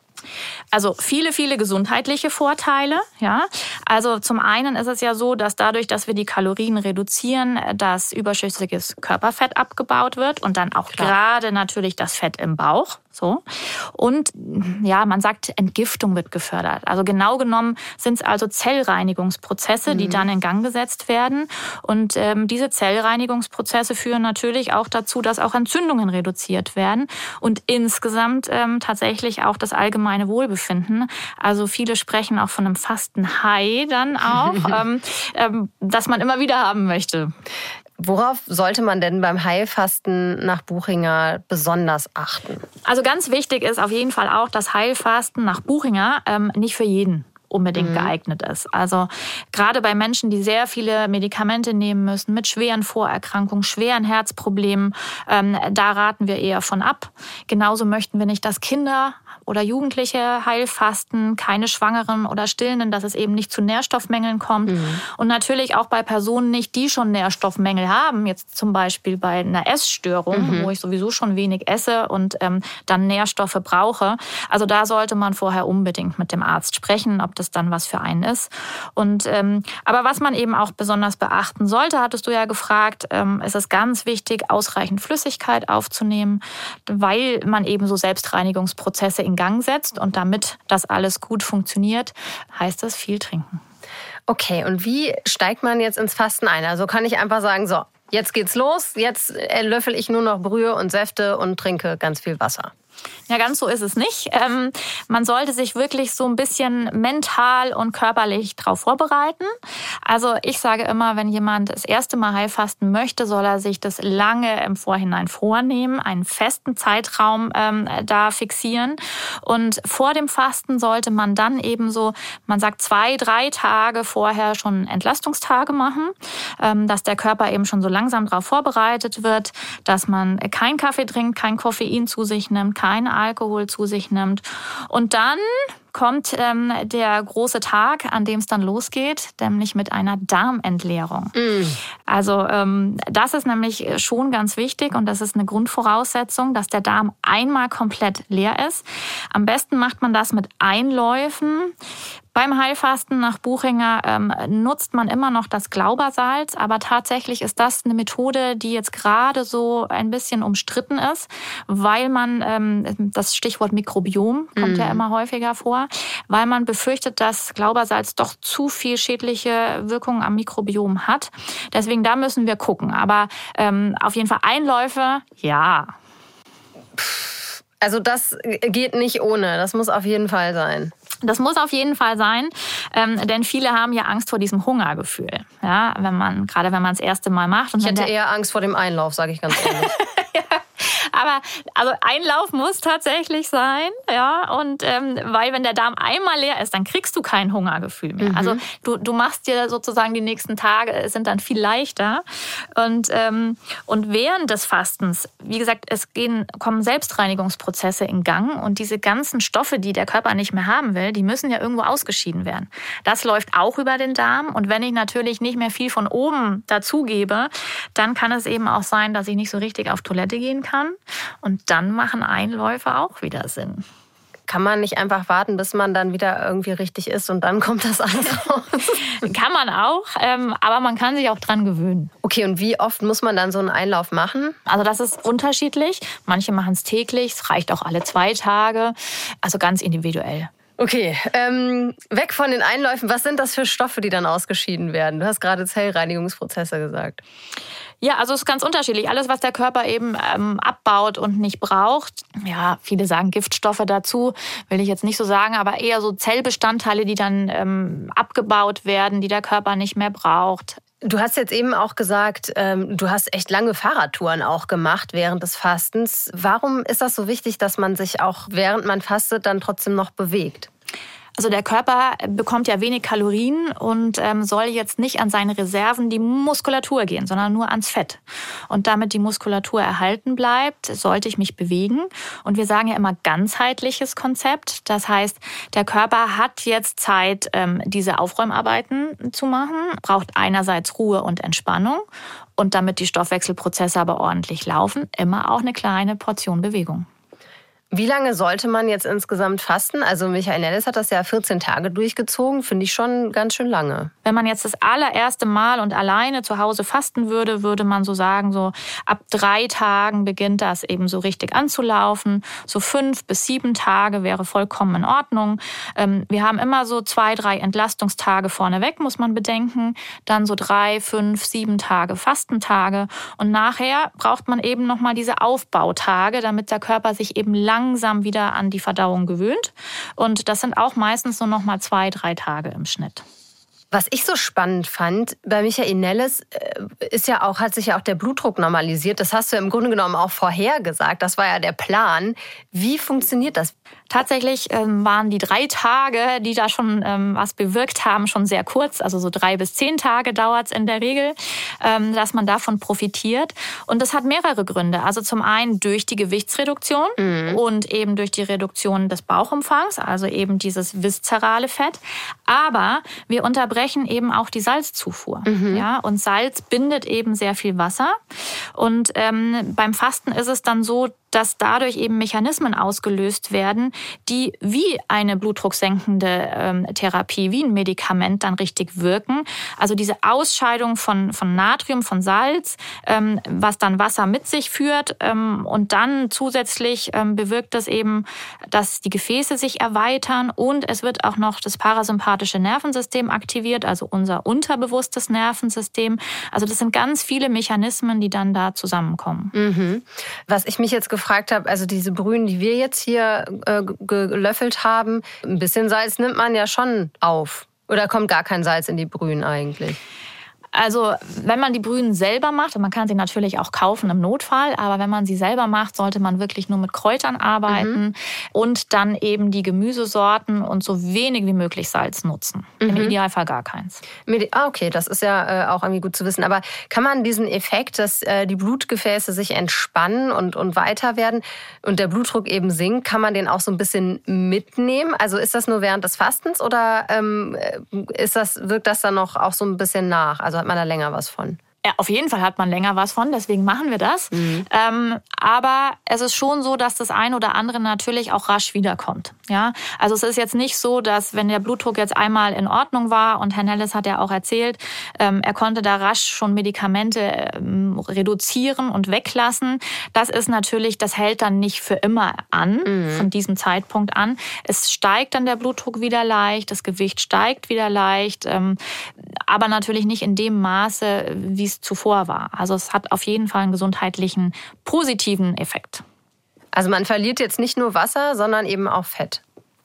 Also viele, viele gesundheitliche Vorteile. Ja, also zum einen ist es ja so, dass dadurch, dass wir die Kalorien reduzieren, das überschüssiges Körperfett abgebaut wird und dann auch Klar. gerade natürlich das Fett im Bauch. So. Und ja, man sagt, Entgiftung wird gefördert. Also genau genommen sind es also Zellreinigungsprozesse, die mhm. dann in Gang gesetzt werden. Und ähm, diese Zellreinigungsprozesse führen natürlich auch dazu, dass auch Entzündungen reduziert werden und insgesamt ähm, tatsächlich auch das allgemeine Wohlbefinden. Also viele sprechen auch von einem Fasten-High dann auch, ähm, ähm, das man immer wieder haben möchte. Worauf sollte man denn beim Heilfasten nach Buchinger besonders achten? Also ganz wichtig ist auf jeden Fall auch, dass Heilfasten nach Buchinger ähm, nicht für jeden unbedingt mhm. geeignet ist. Also gerade bei Menschen, die sehr viele Medikamente nehmen müssen, mit schweren Vorerkrankungen, schweren Herzproblemen, ähm, da raten wir eher von ab. Genauso möchten wir nicht, dass Kinder oder Jugendliche Heilfasten, keine Schwangeren oder Stillenden, dass es eben nicht zu Nährstoffmängeln kommt. Mhm. Und natürlich auch bei Personen nicht, die schon Nährstoffmängel haben, jetzt zum Beispiel bei einer Essstörung, mhm. wo ich sowieso schon wenig esse und ähm, dann Nährstoffe brauche. Also da sollte man vorher unbedingt mit dem Arzt sprechen, ob das dann was für einen ist. Und ähm, aber was man eben auch besonders beachten sollte, hattest du ja gefragt, ähm, ist es ganz wichtig, ausreichend Flüssigkeit aufzunehmen, weil man eben so Selbstreinigungsprozesse in Gang setzt und damit das alles gut funktioniert, heißt es viel trinken. Okay, und wie steigt man jetzt ins Fasten ein? Also kann ich einfach sagen, so, jetzt geht's los, jetzt löffel ich nur noch Brühe und Säfte und trinke ganz viel Wasser. Ja, ganz so ist es nicht. Ähm, man sollte sich wirklich so ein bisschen mental und körperlich darauf vorbereiten. Also ich sage immer, wenn jemand das erste Mal Heilfasten möchte, soll er sich das lange im Vorhinein vornehmen, einen festen Zeitraum ähm, da fixieren. Und vor dem Fasten sollte man dann eben so, man sagt zwei, drei Tage vorher schon Entlastungstage machen, ähm, dass der Körper eben schon so langsam darauf vorbereitet wird, dass man keinen Kaffee trinkt, kein Koffein zu sich nimmt, keinen Alkohol zu sich nimmt. Und dann kommt ähm, der große Tag, an dem es dann losgeht, nämlich mit einer Darmentleerung. Mm. Also ähm, das ist nämlich schon ganz wichtig und das ist eine Grundvoraussetzung, dass der Darm einmal komplett leer ist. Am besten macht man das mit Einläufen. Beim Heilfasten nach Buchinger ähm, nutzt man immer noch das Glaubersalz, aber tatsächlich ist das eine Methode, die jetzt gerade so ein bisschen umstritten ist, weil man, ähm, das Stichwort Mikrobiom kommt mm. ja immer häufiger vor, weil man befürchtet, dass Glaubersalz doch zu viel schädliche Wirkungen am Mikrobiom hat. Deswegen da müssen wir gucken. Aber ähm, auf jeden Fall Einläufe, ja. Also das geht nicht ohne, das muss auf jeden Fall sein. Das muss auf jeden Fall sein, ähm, denn viele haben ja Angst vor diesem Hungergefühl. Ja, wenn man, gerade wenn man das erste Mal macht. Und ich hätte der, eher Angst vor dem Einlauf, sage ich ganz ehrlich. ja, aber also Einlauf muss tatsächlich sein, ja, und ähm, weil wenn der Darm einmal leer ist, dann kriegst du kein Hungergefühl mehr. Mhm. Also du, du machst dir sozusagen die nächsten Tage sind dann viel leichter und ähm, und während des Fastens, wie gesagt, es gehen kommen Selbstreinigungsprozesse in Gang und diese ganzen Stoffe, die der Körper nicht mehr haben will, die müssen ja irgendwo ausgeschieden werden. Das läuft auch über den Darm und wenn ich natürlich nicht mehr viel von oben dazugebe, dann kann es eben auch sein, dass ich nicht so richtig auf Toilette gehen kann. Und dann machen Einläufe auch wieder Sinn. Kann man nicht einfach warten, bis man dann wieder irgendwie richtig ist und dann kommt das alles raus? Kann man auch, ähm, aber man kann sich auch dran gewöhnen. Okay, und wie oft muss man dann so einen Einlauf machen? Also das ist unterschiedlich. Manche machen es täglich, es reicht auch alle zwei Tage. Also ganz individuell. Okay, ähm, weg von den Einläufen. Was sind das für Stoffe, die dann ausgeschieden werden? Du hast gerade Zellreinigungsprozesse gesagt. Ja, also es ist ganz unterschiedlich. Alles, was der Körper eben ähm, abbaut und nicht braucht. Ja, viele sagen Giftstoffe dazu, will ich jetzt nicht so sagen, aber eher so Zellbestandteile, die dann ähm, abgebaut werden, die der Körper nicht mehr braucht. Du hast jetzt eben auch gesagt, ähm, du hast echt lange Fahrradtouren auch gemacht während des Fastens. Warum ist das so wichtig, dass man sich auch während man fastet dann trotzdem noch bewegt? Also der Körper bekommt ja wenig Kalorien und ähm, soll jetzt nicht an seine Reserven, die Muskulatur gehen, sondern nur ans Fett. Und damit die Muskulatur erhalten bleibt, sollte ich mich bewegen. Und wir sagen ja immer ganzheitliches Konzept. Das heißt, der Körper hat jetzt Zeit, ähm, diese Aufräumarbeiten zu machen, braucht einerseits Ruhe und Entspannung. Und damit die Stoffwechselprozesse aber ordentlich laufen, immer auch eine kleine Portion Bewegung. Wie lange sollte man jetzt insgesamt fasten? Also Michael Nellis hat das ja vierzehn Tage durchgezogen, finde ich schon ganz schön lange. Wenn man jetzt das allererste Mal und alleine zu Hause fasten würde, würde man so sagen, so ab drei Tagen beginnt das eben so richtig anzulaufen. So fünf bis sieben Tage wäre vollkommen in Ordnung. Wir haben immer so zwei, drei Entlastungstage vorneweg, muss man bedenken. Dann so drei, fünf, sieben Tage Fastentage. Und nachher braucht man eben nochmal diese Aufbautage, damit der Körper sich eben lang langsam wieder an die Verdauung gewöhnt. Und das sind auch meistens nur noch mal zwei, drei Tage im Schnitt. Was ich so spannend fand, bei Michael Nellis ist ja auch, hat sich ja auch der Blutdruck normalisiert. Das hast du im Grunde genommen auch vorher gesagt. Das war ja der Plan. Wie funktioniert das? Tatsächlich ähm, waren die drei Tage, die da schon ähm, was bewirkt haben, schon sehr kurz. Also so drei bis zehn Tage dauert es in der Regel, ähm, dass man davon profitiert. Und das hat mehrere Gründe. Also zum einen durch die Gewichtsreduktion mhm. und eben durch die Reduktion des Bauchumfangs, also eben dieses viszerale Fett. Aber wir unterbrechen eben auch die Salzzufuhr. Mhm. Ja? Und Salz bindet eben sehr viel Wasser. Und ähm, beim Fasten ist es dann so, dass dadurch eben Mechanismen ausgelöst werden, die wie eine blutdrucksenkende ähm, Therapie, wie ein Medikament dann richtig wirken. Also diese Ausscheidung von, von Natrium, von Salz, ähm, was dann Wasser mit sich führt. Ähm, und dann zusätzlich ähm, bewirkt das eben, dass die Gefäße sich erweitern und es wird auch noch das parasympathische Nervensystem aktiviert, also unser unterbewusstes Nervensystem. Also das sind ganz viele Mechanismen, die dann da zusammenkommen. Mhm. Was ich mich jetzt gefragt gefragt habe, also diese Brühen, die wir jetzt hier äh, gelöffelt haben, ein bisschen Salz nimmt man ja schon auf. Oder kommt gar kein Salz in die Brühen eigentlich? Also wenn man die Brühen selber macht, und man kann sie natürlich auch kaufen im Notfall, aber wenn man sie selber macht, sollte man wirklich nur mit Kräutern arbeiten mhm. und dann eben die Gemüsesorten und so wenig wie möglich Salz nutzen. Mhm. Im Idealfall gar keins. Ah, okay, das ist ja äh, auch irgendwie gut zu wissen. Aber kann man diesen Effekt, dass äh, die Blutgefäße sich entspannen und, und weiter werden und der Blutdruck eben sinkt, kann man den auch so ein bisschen mitnehmen? Also ist das nur während des Fastens oder ähm, ist das, wirkt das dann noch auch so ein bisschen nach? Also hat man da länger was von? Ja, auf jeden Fall hat man länger was von, deswegen machen wir das. Mhm. Ähm, aber es ist schon so, dass das ein oder andere natürlich auch rasch wiederkommt. Ja? Also es ist jetzt nicht so, dass wenn der Blutdruck jetzt einmal in Ordnung war, und Herr Nellis hat ja auch erzählt, ähm, er konnte da rasch schon Medikamente ähm, reduzieren und weglassen. Das ist natürlich, das hält dann nicht für immer an, mhm. von diesem Zeitpunkt an. Es steigt dann der Blutdruck wieder leicht, das Gewicht steigt wieder leicht, ähm, aber natürlich nicht in dem Maße, wie es zuvor war. Also es hat auf jeden Fall einen gesundheitlichen, positiven Effekt. Also man verliert jetzt nicht nur Wasser, sondern eben auch Fett.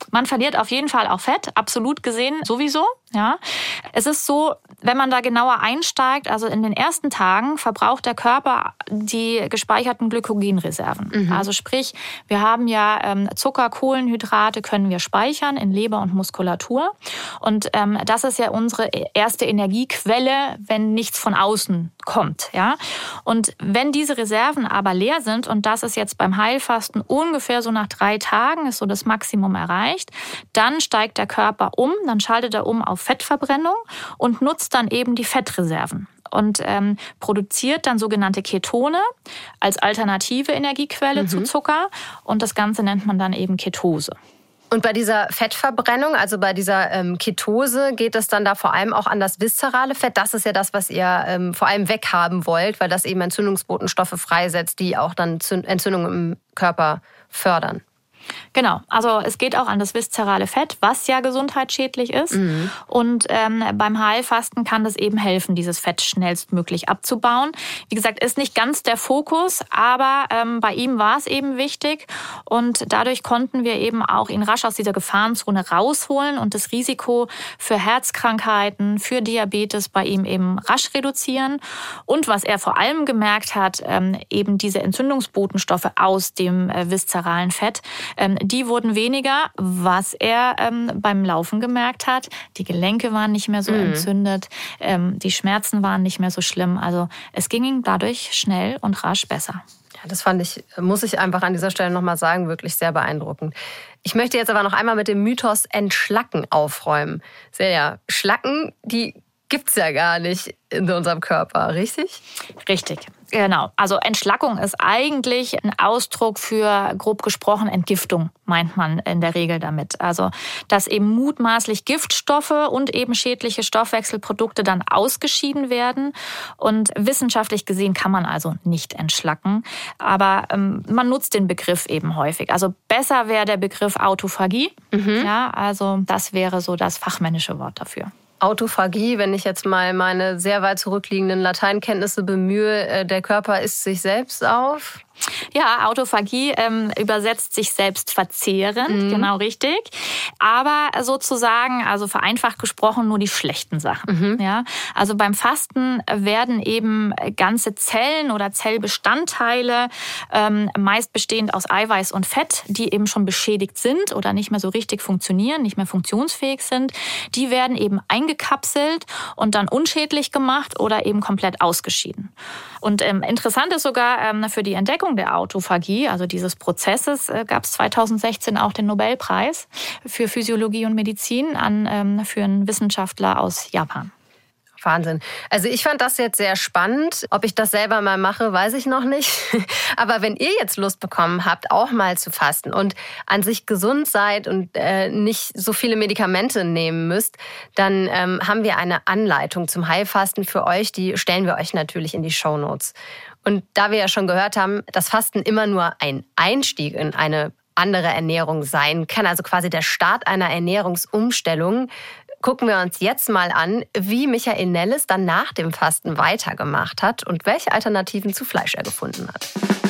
Man verliert auf jeden Fall auch Fett, absolut gesehen sowieso. Ja. Es ist so, wenn man da genauer einsteigt, also in den ersten Tagen verbraucht der Körper die gespeicherten Glykogenreserven. Mhm. Also sprich, wir haben ja ähm, Zucker, Kohlenhydrate können wir speichern in Leber und Muskulatur. Und ähm, das ist ja unsere erste Energiequelle, wenn nichts von außen kommt. Ja. Und wenn diese Reserven aber leer sind, und das ist jetzt beim Heilfasten ungefähr so nach drei Tagen, ist so das Maximum erreicht, dann steigt der Körper um, dann schaltet er um auf Fettverbrennung und nutzt dann eben die Fettreserven und ähm, produziert dann sogenannte Ketone als alternative Energiequelle mhm. zu Zucker. Und das Ganze nennt man dann eben Ketose. Und bei dieser Fettverbrennung, also bei dieser ähm, Ketose, geht es dann da vor allem auch an das viszerale Fett? Das ist ja das, was ihr ähm, vor allem weghaben wollt, weil das eben Entzündungsbotenstoffe freisetzt, die auch dann Entzündungen im Körper fördern. Genau, also es geht auch an das viszerale Fett, was ja gesundheitsschädlich ist. Mhm. Und ähm, beim Heilfasten kann das eben helfen, dieses Fett schnellstmöglich abzubauen. Wie gesagt, ist nicht ganz der Fokus, aber ähm, bei ihm war es eben wichtig. Und dadurch konnten wir eben auch ihn rasch aus dieser Gefahrenzone rausholen und das Risiko für Herzkrankheiten, für Diabetes bei ihm eben rasch reduzieren. Und was er vor allem gemerkt hat, ähm, eben diese Entzündungsbotenstoffe aus dem äh, viszeralen Fett, Ähm, die wurden weniger, was er ähm, beim Laufen gemerkt hat. Die Gelenke waren nicht mehr so mhm. entzündet, ähm, die Schmerzen waren nicht mehr so schlimm. Also es ging ihm dadurch schnell und rasch besser. Ja, das fand ich, muss ich einfach an dieser Stelle nochmal sagen, wirklich sehr beeindruckend. Ich möchte jetzt aber noch einmal mit dem Mythos Entschlacken aufräumen. Silja, Schlacken, die gibt's ja gar nicht in unserem Körper, richtig? Richtig. Genau. Also Entschlackung ist eigentlich ein Ausdruck für, grob gesprochen, Entgiftung, meint man in der Regel damit. Also, dass eben mutmaßlich Giftstoffe und eben schädliche Stoffwechselprodukte dann ausgeschieden werden. Und wissenschaftlich gesehen kann man also nicht entschlacken. Aber ähm, man nutzt den Begriff eben häufig. Also besser wäre der Begriff Autophagie. Mhm. Ja, also das wäre so das fachmännische Wort dafür. Autophagie, wenn ich jetzt mal meine sehr weit zurückliegenden Lateinkenntnisse bemühe, der Körper isst sich selbst auf? Ja, Autophagie ähm, übersetzt sich selbst verzehrend, mhm. genau richtig. Aber sozusagen, also vereinfacht gesprochen, nur die schlechten Sachen. Mhm. Ja, also beim Fasten werden eben ganze Zellen oder Zellbestandteile, ähm, meist bestehend aus Eiweiß und Fett, die eben schon beschädigt sind oder nicht mehr so richtig funktionieren, nicht mehr funktionsfähig sind, die werden eben eingekapselt und dann unschädlich gemacht oder eben komplett ausgeschieden. Und ähm, interessant ist sogar ähm, für die Entdeckung der Autophagie, also dieses Prozesses, äh, gab es zweitausendsechzehn auch den Nobelpreis für Physiologie und Medizin an ähm, für einen Wissenschaftler aus Japan. Wahnsinn. Also ich fand das jetzt sehr spannend. Ob ich das selber mal mache, weiß ich noch nicht. Aber wenn ihr jetzt Lust bekommen habt, auch mal zu fasten und an sich gesund seid und äh, nicht so viele Medikamente nehmen müsst, dann ähm, haben wir eine Anleitung zum Heilfasten für euch. Die stellen wir euch natürlich in die Shownotes. Und da wir ja schon gehört haben, dass Fasten immer nur ein Einstieg in eine andere Ernährung sein kann, also quasi der Start einer Ernährungsumstellung, gucken wir uns jetzt mal an, wie Michael Nelles dann nach dem Fasten weitergemacht hat und welche Alternativen zu Fleisch er gefunden hat.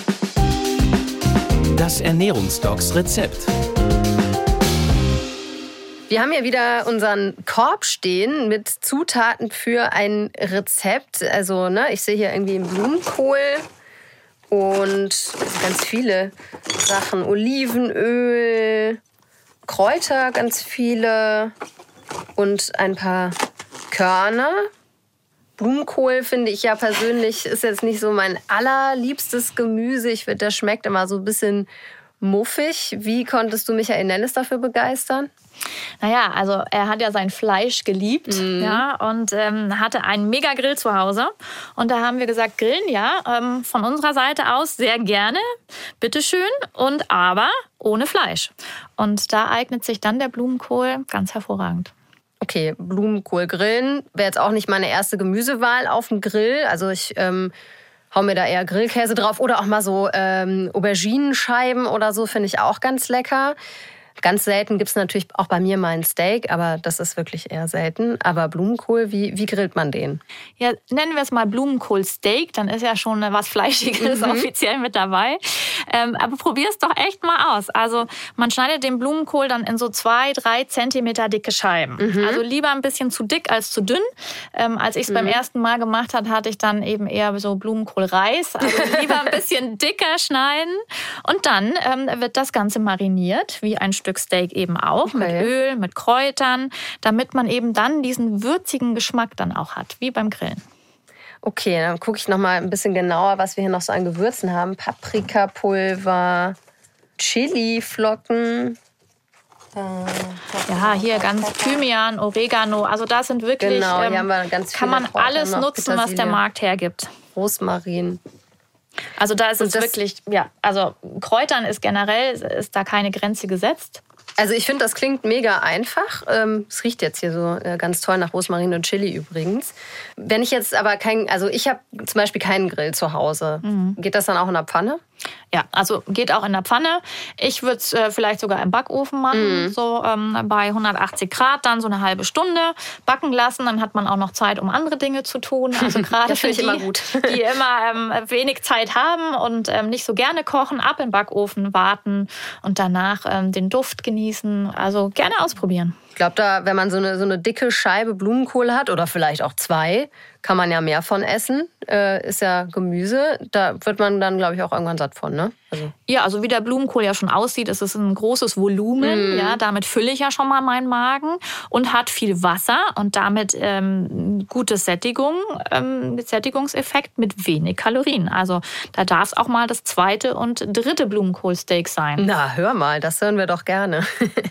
Das Ernährungsdocs-Rezept. Wir haben hier wieder unseren Korb stehen mit Zutaten für ein Rezept. Also, ne, ich sehe hier irgendwie Blumenkohl und ganz viele Sachen. Olivenöl, Kräuter, ganz viele und ein paar Körner. Blumenkohl finde ich ja persönlich, ist jetzt nicht so mein allerliebstes Gemüse. Ich finde, das schmeckt immer so ein bisschen muffig. Wie konntest du Michael Nelles dafür begeistern? Naja, also er hat ja sein Fleisch geliebt, mhm. ja, und ähm, hatte einen Mega-Grill zu Hause. Und da haben wir gesagt, grillen, ja, ähm, von unserer Seite aus sehr gerne, bitteschön, und aber ohne Fleisch. Und da eignet sich dann der Blumenkohl ganz hervorragend. Okay, Blumenkohl grillen wäre jetzt auch nicht meine erste Gemüsewahl auf dem Grill. Also ich ähm, hau mir da eher Grillkäse drauf oder auch mal so ähm, Auberginenscheiben oder so, finde ich auch ganz lecker. Ganz selten gibt es natürlich auch bei mir mal ein Steak, aber das ist wirklich eher selten. Aber Blumenkohl, wie, wie grillt man den? Ja, nennen wir es mal Blumenkohl-Steak, dann ist ja schon was Fleischiges mhm. offiziell mit dabei. Ähm, aber probier es doch echt mal aus. Also man schneidet den Blumenkohl dann in so zwei, drei Zentimeter dicke Scheiben. Mhm. Also lieber ein bisschen zu dick als zu dünn. Ähm, als ich es mhm. beim ersten Mal gemacht habe, hatte ich dann eben eher so Blumenkohlreis. Also lieber ein bisschen dicker schneiden. Und dann ähm, wird das Ganze mariniert, wie ein Stück Steak eben auch, okay. mit Öl, mit Kräutern, damit man eben dann diesen würzigen Geschmack dann auch hat, wie beim Grillen. Okay, dann gucke ich noch mal ein bisschen genauer, was wir hier noch so an Gewürzen haben. Paprikapulver, Chiliflocken. Äh, ja, hier ganz Thymian, Oregano. Also da sind wirklich, genau, hier ähm, haben wir ganz kann man Kräuter, alles nutzen, was der Markt hergibt. Rosmarin. Also da ist es wirklich, ja, also Kräutern ist generell, ist da keine Grenze gesetzt. Also ich finde, das klingt mega einfach. Es riecht jetzt hier so ganz toll nach Rosmarin und Chili übrigens. Wenn ich jetzt aber kein, also ich habe zum Beispiel keinen Grill zu Hause. Mhm. Geht das dann auch in der Pfanne? Ja, also geht auch in der Pfanne. Ich würde es äh, vielleicht sogar im Backofen machen, mm. so ähm, bei hundertachtzig Grad, dann so eine halbe Stunde backen lassen. Dann hat man auch noch Zeit, um andere Dinge zu tun. Also gerade für die, immer gut. die immer ähm, wenig Zeit haben und ähm, nicht so gerne kochen, ab im Backofen warten und danach ähm, den Duft genießen. Also gerne ausprobieren. Ich glaube, da, wenn man so eine, so eine dicke Scheibe Blumenkohl hat oder vielleicht auch zwei, kann man ja mehr von essen. Äh, ist ja Gemüse. Da wird man dann, glaube ich, auch irgendwann satt von, ne? Also. Ja, also wie der Blumenkohl ja schon aussieht, ist es ein großes Volumen. Mm. Ja, damit fülle ich ja schon mal meinen Magen und hat viel Wasser und damit ähm, gutes Sättigung, ähm, Sättigungseffekt mit wenig Kalorien. Also da darf es auch mal das zweite und dritte Blumenkohlsteak sein. Na, hör mal, das hören wir doch gerne.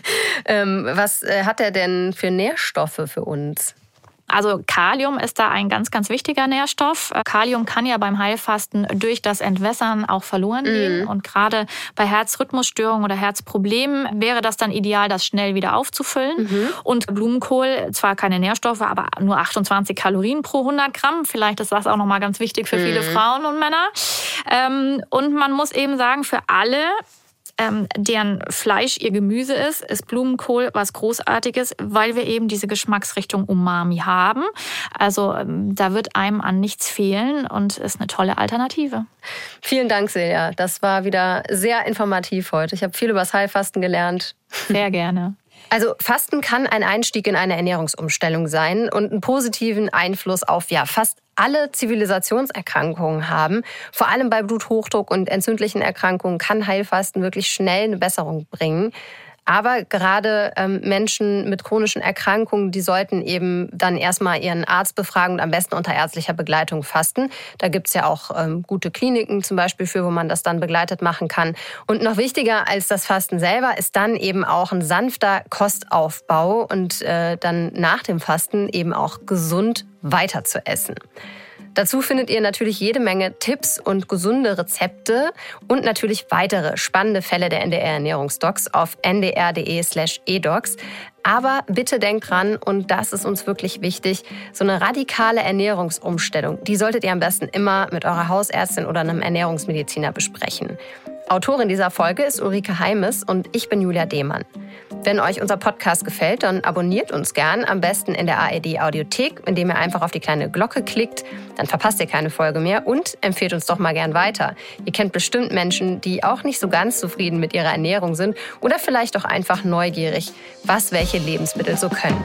ähm, was äh, hat er denn für Nährstoffe für uns? Also Kalium ist da ein ganz, ganz wichtiger Nährstoff. Kalium kann ja beim Heilfasten durch das Entwässern auch verloren gehen. Mm. Und gerade bei Herzrhythmusstörungen oder Herzproblemen wäre das dann ideal, das schnell wieder aufzufüllen. Mm-hmm. Und Blumenkohl, zwar keine Nährstoffe, aber nur achtundzwanzig Kalorien pro hundert Gramm. Vielleicht ist das auch nochmal ganz wichtig für mm. viele Frauen und Männer. Und man muss eben sagen, für alle, Ähm, deren Fleisch ihr Gemüse ist, ist Blumenkohl was Großartiges, weil wir eben diese Geschmacksrichtung Umami haben. Also ähm, da wird einem an nichts fehlen und ist eine tolle Alternative. Vielen Dank, Silja. Das war wieder sehr informativ heute. Ich habe viel über das Heilfasten gelernt. Sehr gerne. Also Fasten kann ein Einstieg in eine Ernährungsumstellung sein und einen positiven Einfluss auf ja fast alle Zivilisationserkrankungen haben. Vor allem bei Bluthochdruck und entzündlichen Erkrankungen kann Heilfasten wirklich schnell eine Besserung bringen. Aber gerade ähm, Menschen mit chronischen Erkrankungen, die sollten eben dann erstmal ihren Arzt befragen und am besten unter ärztlicher Begleitung fasten. Da gibt's ja auch ähm, gute Kliniken zum Beispiel für, wo man das dann begleitet machen kann. Und noch wichtiger als das Fasten selber ist dann eben auch ein sanfter Kostaufbau und äh, dann nach dem Fasten eben auch gesund weiter zu essen. Dazu findet ihr natürlich jede Menge Tipps und gesunde Rezepte und natürlich weitere spannende Fälle der N D R-Ernährungsdocs auf n d r punkt d e slash e docs. Aber bitte denkt dran, und das ist uns wirklich wichtig, so eine radikale Ernährungsumstellung, die solltet ihr am besten immer mit eurer Hausärztin oder einem Ernährungsmediziner besprechen. Autorin dieser Folge ist Ulrike Heimes und ich bin Julia Dehmann. Wenn euch unser Podcast gefällt, dann abonniert uns gern, am besten in der A R D-Audiothek, indem ihr einfach auf die kleine Glocke klickt. Dann verpasst ihr keine Folge mehr und empfehlt uns doch mal gern weiter. Ihr kennt bestimmt Menschen, die auch nicht so ganz zufrieden mit ihrer Ernährung sind oder vielleicht auch einfach neugierig, was welche Lebensmittel so können.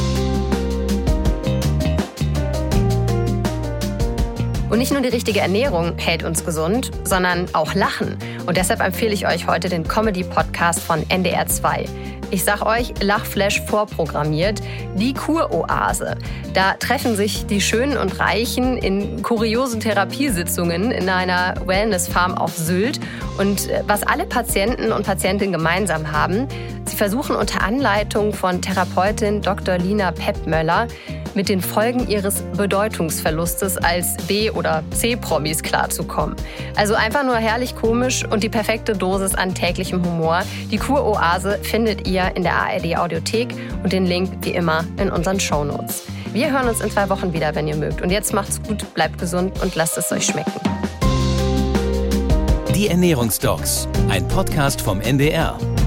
Und nicht nur die richtige Ernährung hält uns gesund, sondern auch Lachen. Und deshalb empfehle ich euch heute den Comedy-Podcast von N D R zwei. Ich sag euch, Lachflash vorprogrammiert, die Kuroase. Da treffen sich die Schönen und Reichen in kuriosen Therapiesitzungen in einer Wellness-Farm auf Sylt. Und was alle Patienten und Patientinnen gemeinsam haben, sie versuchen unter Anleitung von Therapeutin Doktor Lina Peppmöller mit den Folgen ihres Bedeutungsverlustes als B- oder C-Promis klarzukommen. Also einfach nur herrlich komisch und die perfekte Dosis an täglichem Humor. Die Kuroase findet ihr in der A R D-Audiothek und den Link wie immer in unseren Shownotes. Wir hören uns in zwei Wochen wieder, wenn ihr mögt. Und jetzt macht's gut, bleibt gesund und lasst es euch schmecken. Die Ernährungsdocs, ein Podcast vom N D R.